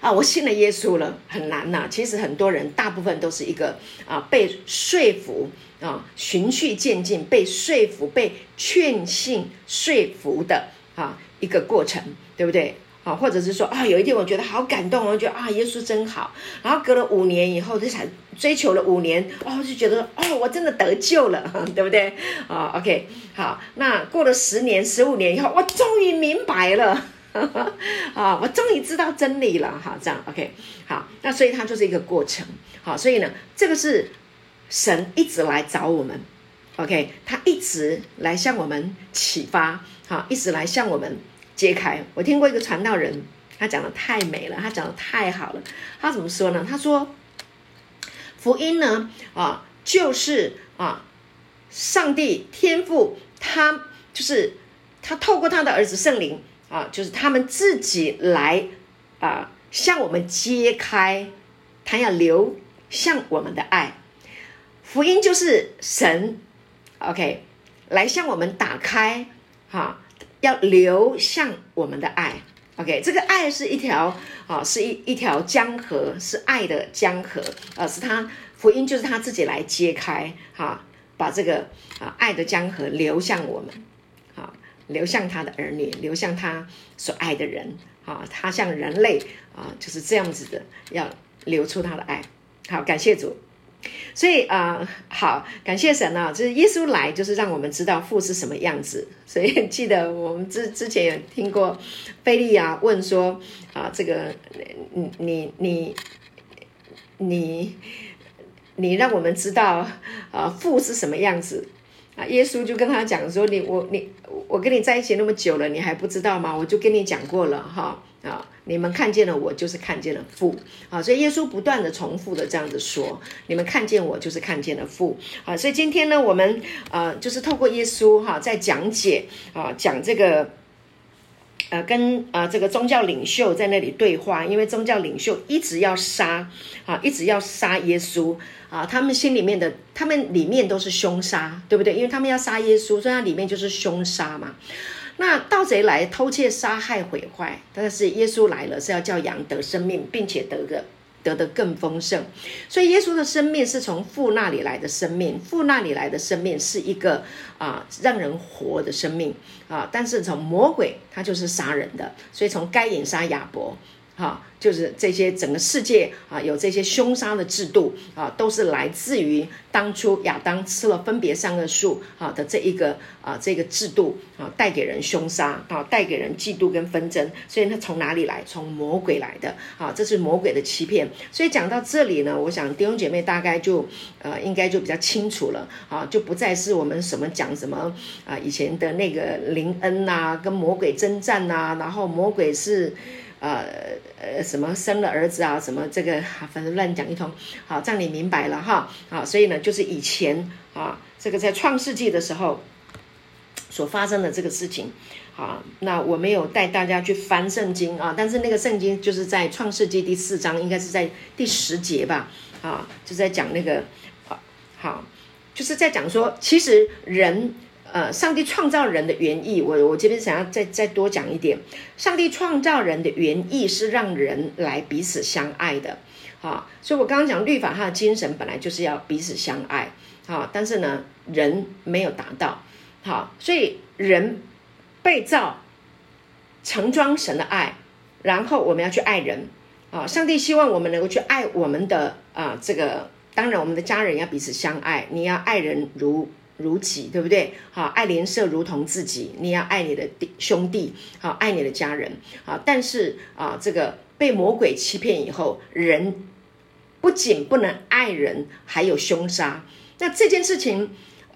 我信了耶稣了，很难呐。其实很多人大部分都是一个被说服循序渐进，被说服、被劝信说服的一个过程，对不对？或者是说有一天我觉得好感动，我觉得耶稣真好，然后隔了5年以后，就才追求了5年，就觉得我真的得救了，对不对？OK， 好，那过了10年、15年以后，我终于明白了。我终于知道真理了，这样 OK， 好，那所以它就是一个过程，所以呢，这个是神一直来找我们 ，OK， 他一直来向我们启发，一直来向我们揭开。我听过一个传道人，他讲的太美了，他讲的太好了。他怎么说呢？他说，福音呢，就是上帝天父，他就是他透过他的儿子圣灵。就是他们自己来向我们揭开他要流向我们的爱。福音就是神 OK 来向我们打开要流向我们的爱 OK， 这个爱是一条是一条江河，是爱的江河是他福音就是他自己来揭开把这个爱的江河流向我们流向他的儿女，流向他所爱的人他向人类就是这样子的要流出他的爱。好，感谢主。所以好，感谢神就是耶稣来就是让我们知道父是什么样子。所以记得我们之前有听过菲利问说这个你让我们知道父是什么样子耶稣就跟他讲说我跟你在一起那么久了，你还不知道吗？我就跟你讲过了你们看见了我，就是看见了父所以耶稣不断的重复的这样子说，你们看见我，就是看见了父所以今天呢，我们就是透过耶稣在讲解讲这个跟这个宗教领袖在那里对话，因为宗教领袖一直要杀耶稣他们心里面的，他们里面都是凶杀，对不对？因为他们要杀耶稣，所以他里面就是凶杀嘛。那盗贼来偷窃、杀害、毁坏，但是耶稣来了是要叫羊得生命，并且得得更丰盛。所以耶稣的生命是从父那里来的生命，父那里来的生命是一个让人活的生命但是从魔鬼他就是杀人的，所以从该隐杀亚伯就是这些整个世界有这些凶杀的制度都是来自于当初亚当吃了分别善恶树的这个制度带给人凶杀带给人嫉妒跟纷争。所以它从哪里来？从魔鬼来的这是魔鬼的欺骗。所以讲到这里呢，我想弟兄姐妹大概就应该就比较清楚了就不再是我们讲什么以前的那个灵恩跟魔鬼征战然后魔鬼是什么生了儿子什么这个反正乱讲一通好，这样你明白了所以呢就是以前这个在创世纪的时候所发生的这个事情那我没有带大家去翻圣经但是那个圣经就是在创世纪第4章，应该是在第10节吧就在讲那个就是在讲说其实人上帝创造人的原意，我这边想要再多讲一点。上帝创造人的原意是让人来彼此相爱的所以我刚刚讲律法它的精神本来就是要彼此相爱但是呢人没有达到所以人被造盛装神的爱，然后我们要去爱人上帝希望我们能够去爱我们的这个，当然我们的家人要彼此相爱，你要爱人如己，对不对爱邻舍如同自己，你要爱你的兄弟爱你的家人但是这个被魔鬼欺骗以后，人不仅不能爱人，还有凶杀。那这件事情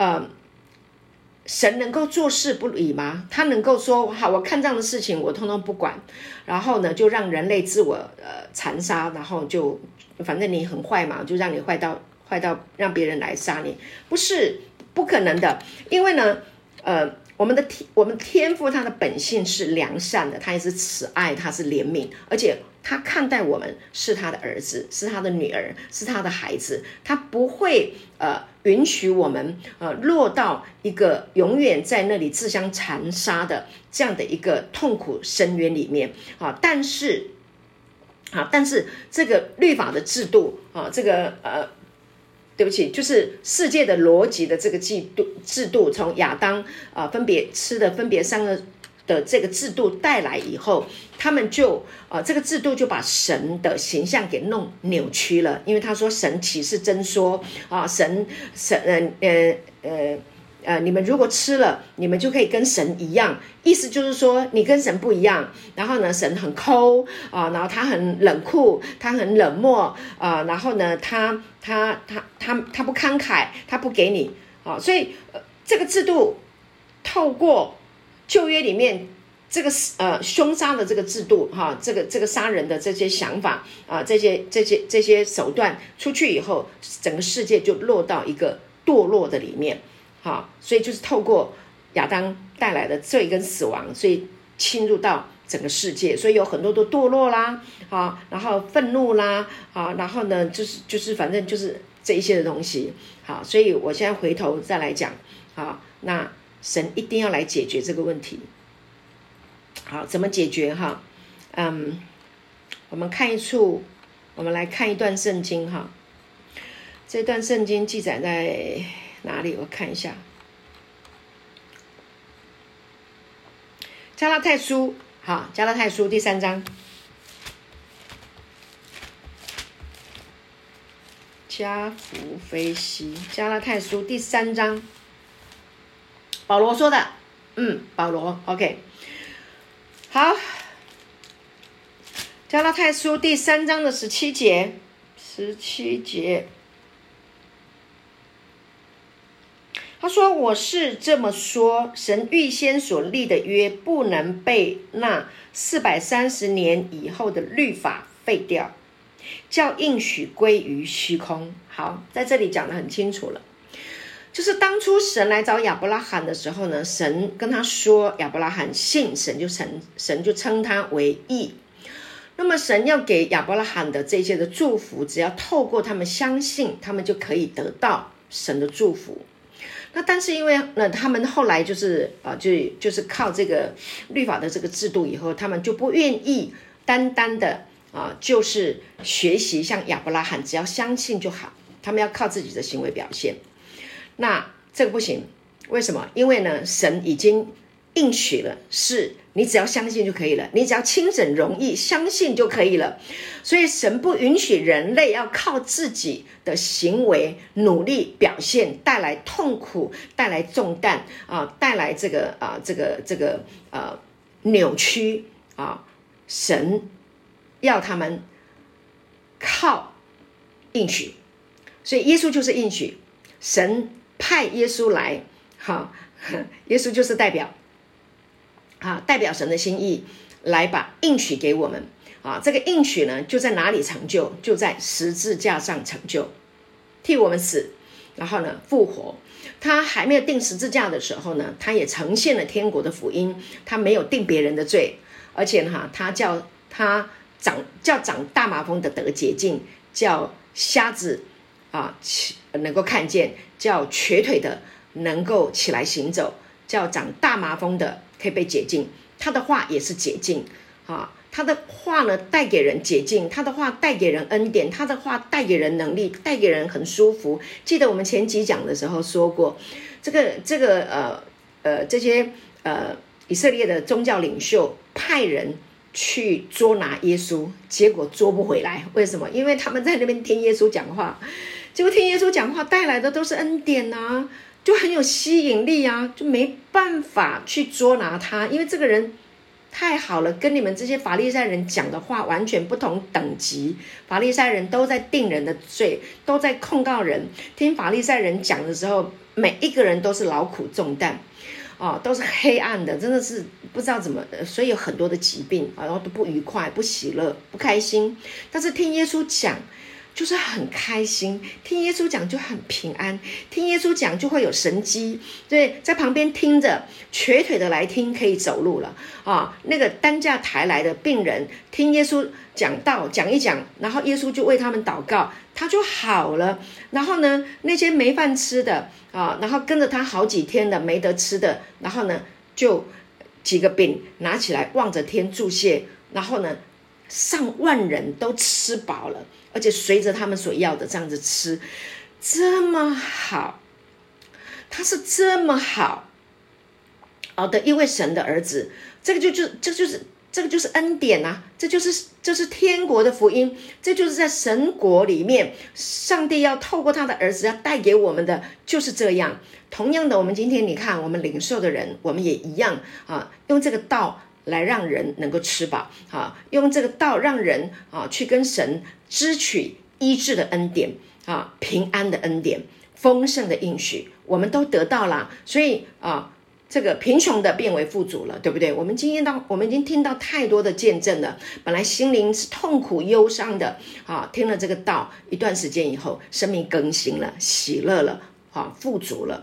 神能够坐视不理吗？他能够说好，我看这样的事情我通通不管，然后呢就让人类自我残杀，然后就反正你很坏嘛，就让你坏到让别人来杀你？不可能的。因为呢我们的天父他的本性是良善的，他也是慈爱，他是怜悯，而且他看待我们是他的儿子，是他的女儿，是他的孩子，他不会允许我们落到一个永远在那里自相残杀的这样的一个痛苦深渊里面但是好，但是这个律法的制度啊，这个对不起，就是世界的逻辑的这个制度，从亚当分别吃的分别善恶的这个制度带来以后，他们就这个制度就把神的形象给弄扭曲了，因为他说神岂是真说啊，你们如果吃了，你们就可以跟神一样，意思就是说你跟神不一样。然后呢，神很抠啊，然后他很冷酷，他很冷漠啊，然后呢，他不慷慨，他不给你啊，所以这个制度透过旧约里面这个凶杀的这个制度哈，这个杀人的这些想法啊，这些手段出去以后，整个世界就落到一个堕落的里面。好，所以就是透过亚当带来的罪跟死亡，所以侵入到整个世界，所以有很多的堕落啦，啊，然后愤怒啦，啊，然后呢，就是反正就是这一些的东西。好，所以我现在回头再来讲，好，那神一定要来解决这个问题。好，怎么解决哈？我们来看一段圣经哈。这段圣经记载在哪里？我看一下，加拉太书，好，加拉太书第3章，加福非西，加拉太书第3章，保罗说的，保罗 ，OK， 好，加拉太书第3章的17节。他说，我是这么说，神预先所立的约不能被那430年以后的律法废掉，叫应许归于虚空。好，在这里讲得很清楚了，就是当初神来找亚伯拉罕的时候呢，神跟他说，亚伯拉罕信神就称他为义。那么神要给亚伯拉罕的这些的祝福，只要透过他们相信，他们就可以得到神的祝福。那但是因为呢，他们后来就是就是靠这个律法的这个制度以后，他们就不愿意单单的就是学习像亚伯拉罕，只要相信就好，他们要靠自己的行为表现。那这个不行，为什么？因为呢，神已经应许了，是你只要相信就可以了，你只要轻省容易相信就可以了。所以神不允许人类要靠自己的行为努力表现，带来痛苦，带来重担带来这个扭曲神要他们靠应许，所以耶稣就是应许，神派耶稣来，耶稣就是代表神的心意来把应许给我们这个应许呢，就在哪里成就？就在十字架上成就，替我们死，然后呢复活。他还没有定十字架的时候呢，他也呈现了天国的福音，他没有定别人的罪，而且呢，他叫长大麻风的得洁净，叫瞎子能够看见，叫瘸腿的能够起来行走，叫长大麻风的可以被洁净。他的话也是洁净他的话呢带给人洁净，他的话带给人恩典，他的话带给人能力，带给人很舒服。记得我们前几讲的时候说过，这些以色列的宗教领袖派人去捉拿耶稣，结果捉不回来。为什么？因为他们在那边听耶稣讲话，结果听耶稣讲话带来的都是恩典就很有吸引力就没办法去捉拿他，因为这个人太好了，跟你们这些法利赛人讲的话完全不同等级。法利赛人都在定人的罪，都在控告人，听法利赛人讲的时候，每一个人都是劳苦重担都是黑暗的，真的是不知道怎么所以有很多的疾病然后都不愉快，不喜乐，不开心。但是听耶稣讲就是很开心，听耶稣讲就很平安，听耶稣讲就会有神迹。对，在旁边听着，瘸腿的来听可以走路了那个担架抬来的病人听耶稣讲道讲一讲，然后耶稣就为他们祷告，他就好了。然后呢，那些没饭吃的然后跟着他好几天的没得吃的，然后呢就几个饼拿起来望着天祝谢，然后呢上万人都吃饱了，而且随着他们所要的这样子吃，这么好，他是这么好的一位神的儿子，这个就是恩典啊，这是天国的福音，这就是在神国里面，上帝要透过他的儿子要带给我们的就是这样。同样的，我们今天你看，我们领受的人，我们也一样用这个道来让人能够吃饱用这个道让人去跟神支取医治的恩典平安的恩典，丰盛的应许，我们都得到了。所以这个贫穷的变为富足了，对不对？我们已经听到太多的见证了，本来心灵是痛苦忧伤的听了这个道一段时间以后，生命更新了，喜乐了富足了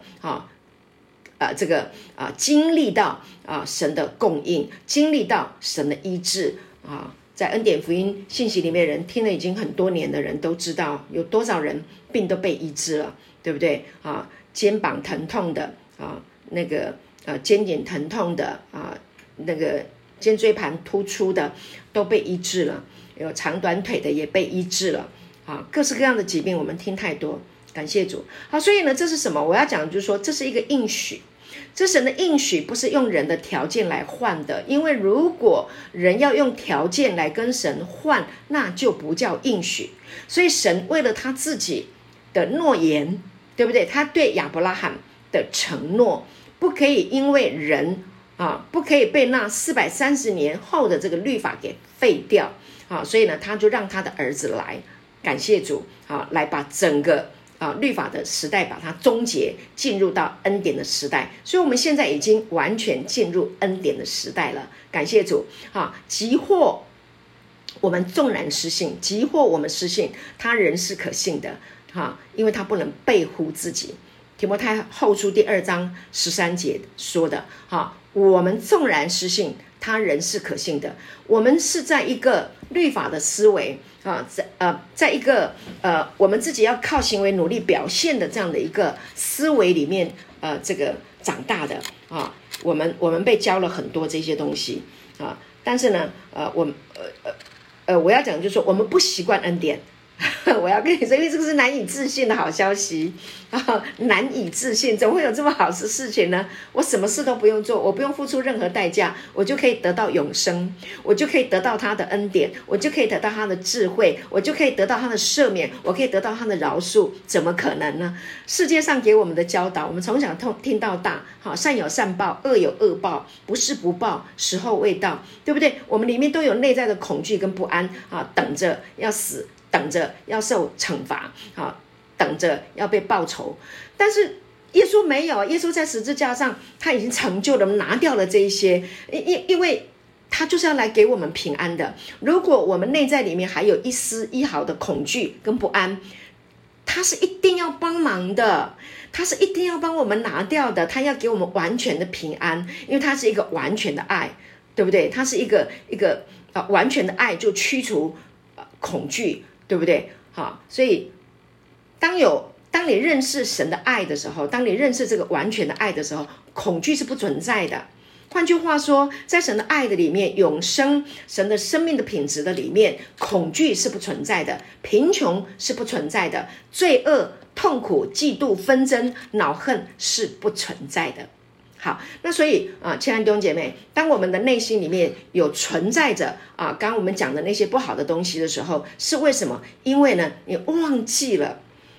经历到神的供应，经历到神的医治在恩典福音信息里面，人听了已经很多年的人都知道，有多少人病都被医治了，对不对肩膀疼痛的那个肩颈疼痛的那个肩椎盘突出的都被医治了，有长短腿的也被医治了各式各样的疾病我们听太多，感谢主。好，所以呢，这是什么？我要讲就是说，这是一个应许，这神的应许不是用人的条件来换的，因为如果人要用条件来跟神换，那就不叫应许。所以神为了他自己的诺言，对不对？他对亚伯拉罕的承诺不可以因为人不可以被那430年后的这个律法给废掉所以呢，他就让他的儿子来，感谢主来把整个律法的时代把它终结，进入到恩典的时代。所以我们现在已经完全进入恩典的时代了，感谢主即或我们纵然失信，即或我们失信，他仍是可信的因为他不能背乎自己。提摩太后书第2章13节说的我们纵然失信，他仍是可信的。我们是在一个律法的思维在一个我们自己要靠行为努力表现的这样的一个思维里面这个长大的我们被教了很多这些东西但是呢我要讲就是说，我们不习惯恩典我要跟你说，因为这个是难以置信的好消息难以置信，怎么会有这么好的事情呢？我什么事都不用做，我不用付出任何代价，我就可以得到永生，我就可以得到他的恩典，我就可以得到他的智慧，我就可以得到他的赦免，我可以得到他的饶恕，怎么可能呢？世界上给我们的教导，我们从小听到大善有善报，恶有恶报，不是不报，时候未到，对不对？我们里面都有内在的恐惧跟不安等着要死，等着要受惩罚等着要被报仇。但是耶稣没有，耶稣在十字架上他已经成就了，拿掉了这一些，因为他就是要来给我们平安的。如果我们内在里面还有一丝一毫的恐惧跟不安，他是一定要帮忙的，他是一定要帮我们拿掉的，他要给我们完全的平安，因为他是一个完全的爱，对不对？他是一个完全的爱，就驱除恐惧，对不对？所以当你认识神的爱的时候，当你认识这个完全的爱的时候，恐惧是不存在的。换句话说，在神的爱的里面，永生神的生命的品质的里面，恐惧是不存在的，贫穷是不存在的，罪恶、痛苦、嫉妒、纷争、恼恨是不存在的。好，那所以亲爱的弟兄姐妹，当我们的内心里面有存在着刚刚我们讲的那些不好的东西的时候，是为什么？因为呢，你忘记了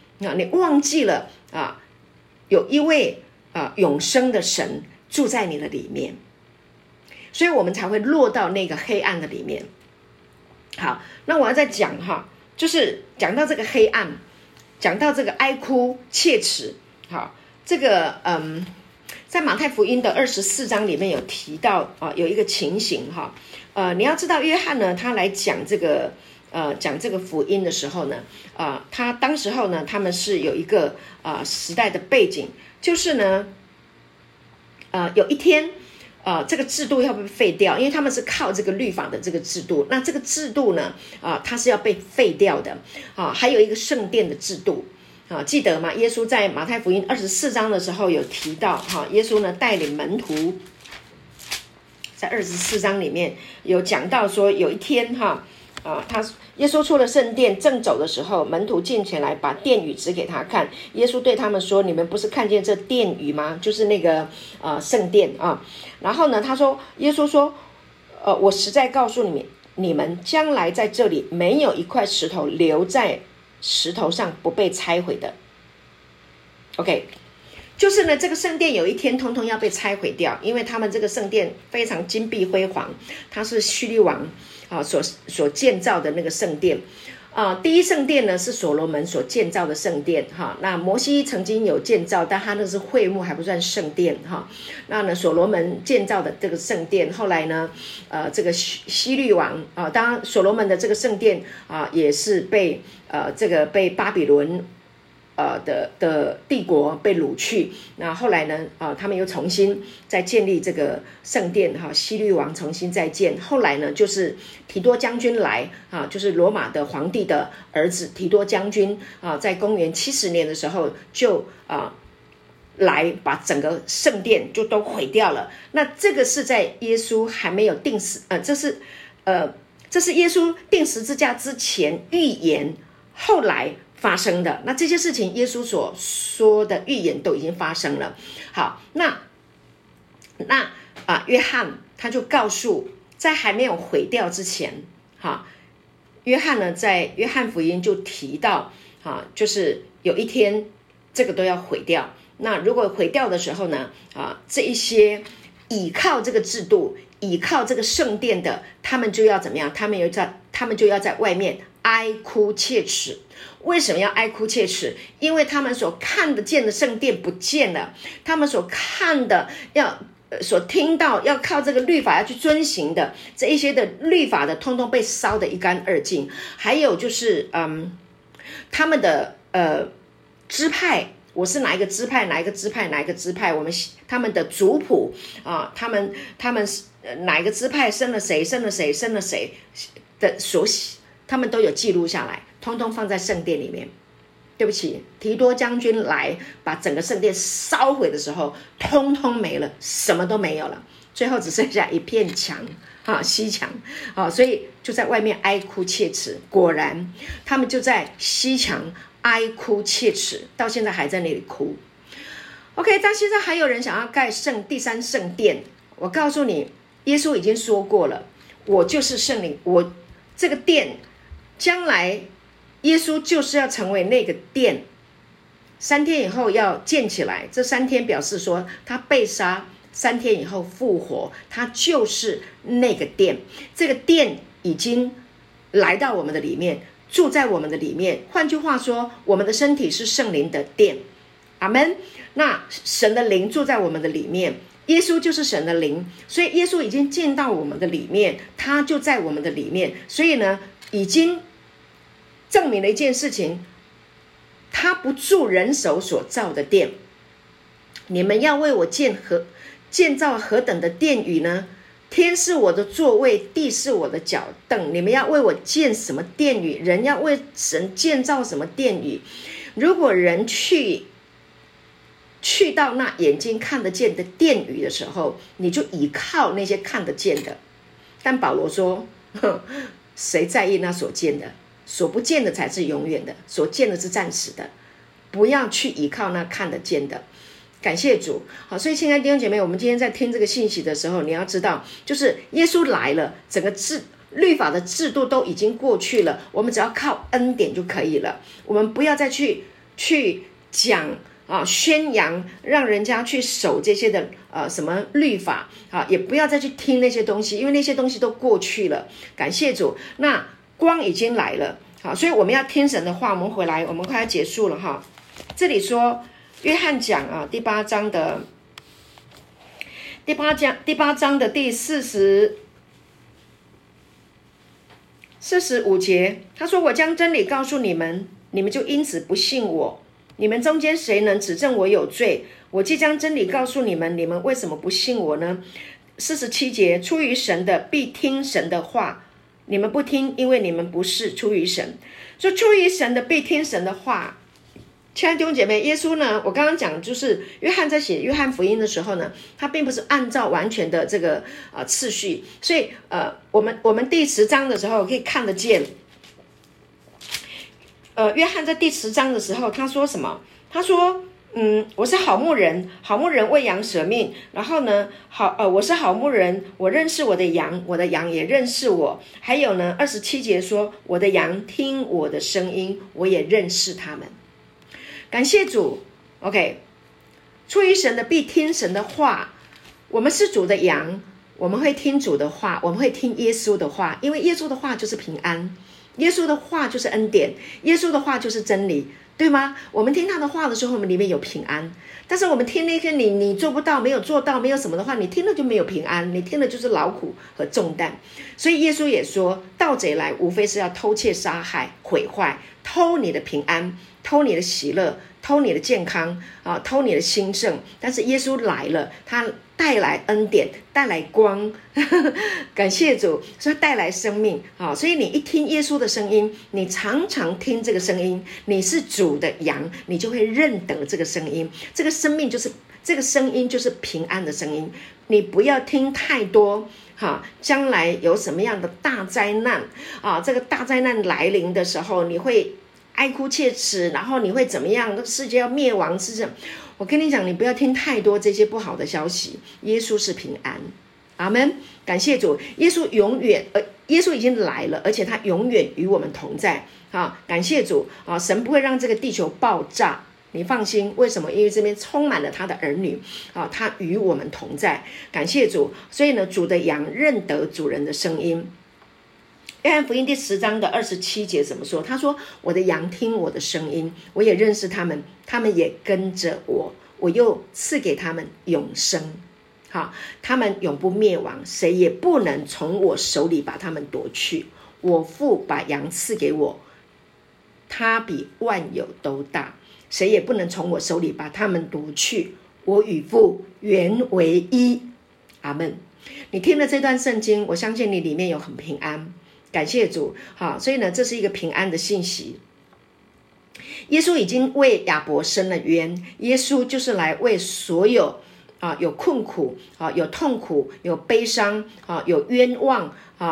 有一位永生的神住在你的里面，所以我们才会落到那个黑暗的里面。好，那我要再讲就是讲到这个黑暗，讲到这个哀哭切齿。好，这个在马太福音的24章里面有提到有一个情形你要知道约翰呢，他来讲这个福音的时候呢他当时候呢，他们是有一个时代的背景，就是呢有一天这个制度要被废掉，因为他们是靠这个律法的这个制度，那这个制度呢它是要被废掉的还有一个圣殿的制度记得吗？耶稣在马太福音24章的时候有提到耶稣呢带领门徒在24章里面有讲到说，有一天耶稣出了圣殿，正走的时候，门徒进前来，把殿宇指给他看。耶稣对他们说：“你们不是看见这殿宇吗？就是那个圣殿啊。”然后呢，耶稣说：“我实在告诉你们将来在这里没有一块石头留在石头上不被拆毁的。” OK， 就是呢，这个圣殿有一天通通要被拆毁掉，因为他们这个圣殿非常金碧辉煌，它是希律王所建造的那个圣殿。第一圣殿呢是所罗门所建造的圣殿那摩西曾经有建造，但他那是会幕，还不算圣殿那呢所罗门建造的这个圣殿，后来呢这个希律王当然所罗门的这个圣殿也是被巴比伦的帝国被掳去，那后来呢他们又重新再建立这个圣殿希律王重新再建，后来呢就是提多将军来就是罗马的皇帝的儿子提多将军在公元70年的时候就来把整个圣殿就都毁掉了。那这个是在耶稣还没有定死这是耶稣定十字架之前预言，后来发生的。那这些事情耶稣所说的预言都已经发生了。好，那约翰他就告诉，在还没有毁掉之前约翰呢在约翰福音就提到就是有一天这个都要毁掉。那如果毁掉的时候呢这一些倚靠这个制度倚靠这个圣殿的，他们就要怎么样？他们就要在外面哀哭切齿。为什么要哀哭切齿？因为他们所看得见的圣殿不见了，他们所看的所听到要靠这个律法要去遵行的这一些的律法的通通被烧得一干二净。还有就是他们的支派，我是哪一个支派哪一个支派哪一个支派，他们的族谱他们哪一个支派生了谁生了谁生了谁的他们都有记录下来，通通放在圣殿里面。对不起，提多将军来把整个圣殿烧毁的时候，通通没了，什么都没有了，最后只剩下一片墙西墙所以就在外面哀哭切齿。果然他们就在西墙哀哭切齿，到现在还在那里哭。 OK， 但现在还有人想要盖第三圣殿。我告诉你，耶稣已经说过了，我就是圣灵，我这个殿将来耶稣就是要成为那个殿，3天以后要建起来。这3天表示说他被杀，3天以后复活，他就是那个殿。这个殿已经来到我们的里面，住在我们的里面。换句话说，我们的身体是圣灵的殿。阿们。那神的灵住在我们的里面，耶稣就是神的灵，所以耶稣已经进到我们的里面，他就在我们的里面。所以呢，已经证明了一件事情，他不住人手所造的殿。你们要为我建造何等的殿宇呢？天是我的座位，地是我的脚凳。你们要为我建什么殿宇？人要为神建造什么殿宇？如果人去到那眼睛看得见的殿宇的时候，你就倚靠那些看得见的。但保罗说，谁在意那所见的？所不见的才是永远的，所见的是暂时的。不要去倚靠那看得见的。感谢主。好，所以亲爱的弟兄姐妹，我们今天在听这个信息的时候，你要知道，就是耶稣来了，整个律法的制度都已经过去了，我们只要靠恩典就可以了。我们不要再去讲宣扬，让人家去守这些的什么律法也不要再去听那些东西，因为那些东西都过去了。感谢主，那光已经来了。好，所以我们要听神的话。我们回来，我们快要结束了这里说约翰讲第八章的第45节，他说：“我将真理告诉你们，你们就因此不信我。你们中间谁能指证我有罪？我既将真理告诉你们，你们为什么不信我呢？”47节，出于神的必听神的话，你们不听，因为你们不是出于神。说出于神的必听神的话， 亲爱的弟兄姐妹，耶稣呢，我刚刚讲就是约翰在写约翰福音的时候呢，他并不是按照完全的这个次序，所以我们第10章的时候可以看得见，约翰在第10章的时候他说什么？他说我是好牧人，好牧人为羊舍命。然后呢，我是好牧人，我认识我的羊，我的羊也认识我。还有呢，27节说，我的羊听我的声音，我也认识他们。感谢主 ，OK， 出于神的必听神的话。我们是主的羊，我们会听主的话，我们会听耶稣的话，因为耶稣的话就是平安，耶稣的话就是恩典，耶稣的话就是真理，对吗？我们听他的话的时候，我们里面有平安。但是我们听那些你做不到，没有做到，没有什么的话，你听了就没有平安，你听了就是劳苦和重担。所以耶稣也说，盗贼来无非是要偷窃杀害毁坏，偷你的平安，偷你的喜乐，偷你的健康偷你的兴盛。但是耶稣来了，他带来恩典，带来光感谢主，所以带来生命所以你一听耶稣的声音，你常常听这个声音，你是主的羊，你就会认得这个声音，这个生命就是这个声音就是平安的声音。你不要听太多将来有什么样的大灾难这个大灾难来临的时候，你会哀哭切齿，然后你会怎么样？世界要灭亡是什么？我跟你讲，你不要听太多这些不好的消息。耶稣是平安，阿们。感谢主，耶稣耶稣已经来了，而且他永远与我们同在感谢主神不会让这个地球爆炸，你放心。为什么？因为这边充满了他的儿女他与我们同在。感谢主，所以呢，主的羊认得主人的声音。约翰福音第10章的27节怎么说？他说，我的羊听我的声音，我也认识他们，他们也跟着我，我又赐给他们永生他们永不灭亡，谁也不能从我手里把他们夺去。我父把羊赐给我，他比万有都大，谁也不能从我手里把他们夺去。我与父原为一，阿们。你听了这段圣经，我相信你里面有很平安。感谢主所以呢，这是一个平安的信息。耶稣已经为亚伯伸了冤，耶稣就是来为所有有困苦有痛苦有悲伤有冤枉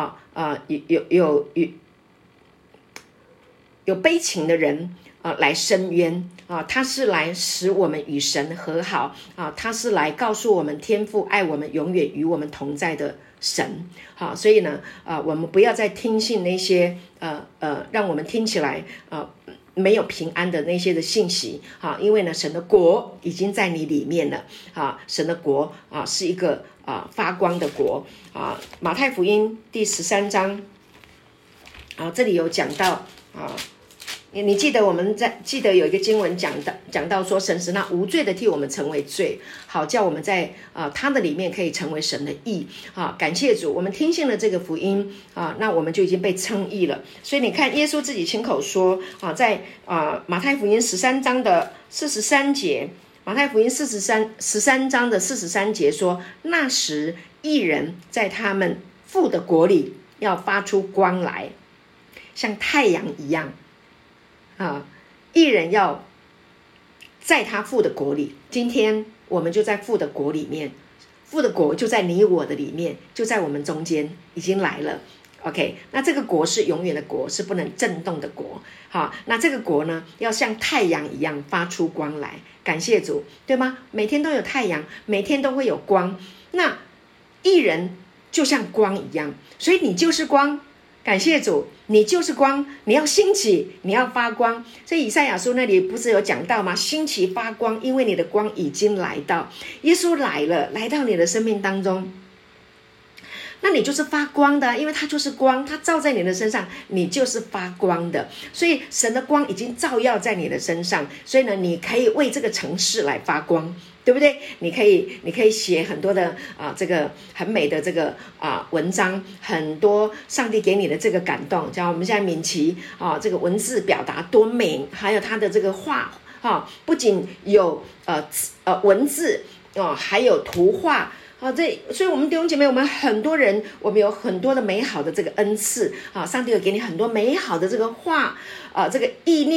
有悲情的人来伸冤他是来使我们与神和好他是来告诉我们天父爱我们，永远与我们同在的神所以呢我们不要再听信那些让我们听起来没有平安的那些的信息因为呢，神的国已经在你里面了神的国是一个发光的国马太福音第13章这里有讲到你记得记得有一个经文讲到说，神是那无罪的替我们成为罪，好叫我们在他的里面可以成为神的义感谢主，我们听信了这个福音那我们就已经被称义了。所以你看，耶稣自己亲口说在马太福音13章的43节，马太福音13章的43节说，那时义人在他们父的国里要发出光来，像太阳一样义人要在他父的国里。今天我们就在父的国里面，父的国就在你我的里面，就在我们中间，已经来了。OK， 那这个国是永远的国，是不能震动的国那这个国呢，要像太阳一样发出光来。感谢主，对吗？每天都有太阳，每天都会有光，那义人就像光一样，所以你就是光。感谢主，你就是光，你要兴起，你要发光。所以以赛亚书那里不是有讲到吗？兴起发光，因为你的光已经来到，耶稣来了，来到你的生命当中，那你就是发光的，因为它就是光，它照在你的身上，你就是发光的。所以神的光已经照耀在你的身上，所以呢，你可以为这个城市来发光，对不对？你可以写很多的这个很美的这个文章，很多上帝给你的这个感动，像我们现在敏琪这个文字表达多美，还有他的这个画不仅有文字还有图画所以我们弟兄姐妹，我们很多人，我们有很多的美好的这个恩赐上帝有给你很多美好的这个画这个意念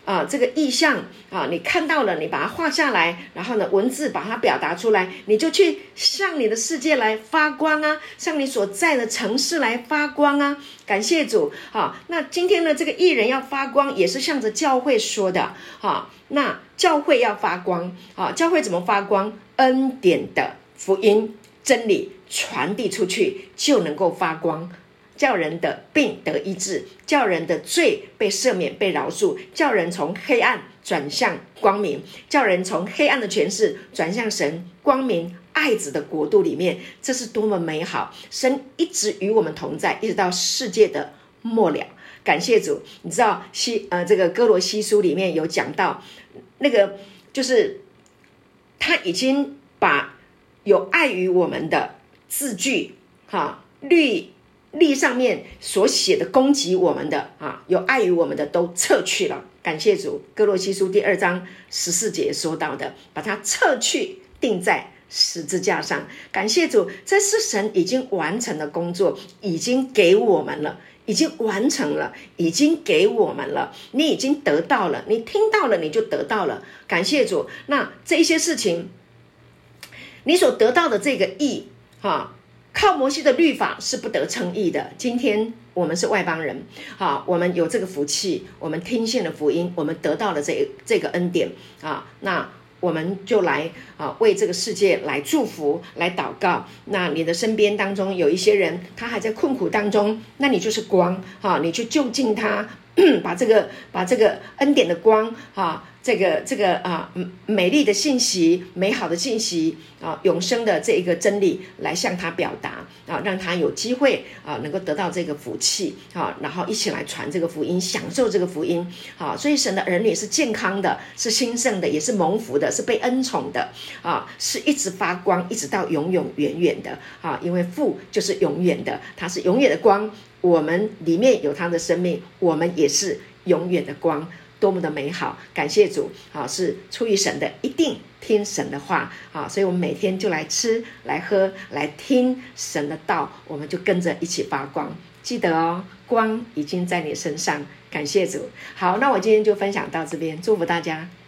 这个意象你看到了，你把它画下来，然后呢，文字把它表达出来，你就去向你的世界来发光啊，向你所在的城市来发光啊。感谢主那今天呢，这个艺人要发光，也是向着教会说的那教会要发光教会怎么发光？恩典的福音真理传递出去，就能够发光，叫人的病得医治，叫人的罪被赦免被饶恕，叫人从黑暗转向光明，叫人从黑暗的权势转向神光明爱子的国度里面。这是多么美好！神一直与我们同在，一直到世界的末了。感谢主。你知道这个哥罗西书里面有讲到，那个就是他已经把有碍于我们的字句律上面所写的攻击我们的有碍于我们的都撤去了。感谢主。哥罗西书第2章14节说到的，把它撤去，钉在十字架上。感谢主，这是神已经完成的工作，已经给我们了，已经完成了，已经给我们了，你已经得到了，你听到了，你就得到了。感谢主。那这一些事情，你所得到的这个义靠摩西的律法是不得称义的。今天我们是外邦人我们有这个福气，我们听信了福音，我们得到了这个恩典那我们就来为这个世界来祝福，来祷告。那你的身边当中有一些人，他还在困苦当中，那你就是光你去就近他，把这个恩典的光这个美丽的信息，美好的信息永生的这一个真理来向他表达让他有机会能够得到这个福气然后一起来传这个福音，享受这个福音所以神的儿女是健康的，是兴盛的，也是蒙福的，是被恩宠的是一直发光，一直到永永远远的因为父就是永远的，他是永远的光，我们里面有他的生命，我们也是永远的光。多么的美好！感谢主是出于神的，一定听神的话所以我们每天就来吃来喝来听神的道，我们就跟着一起发光。记得光已经在你身上。感谢主。好，那我今天就分享到这边，祝福大家。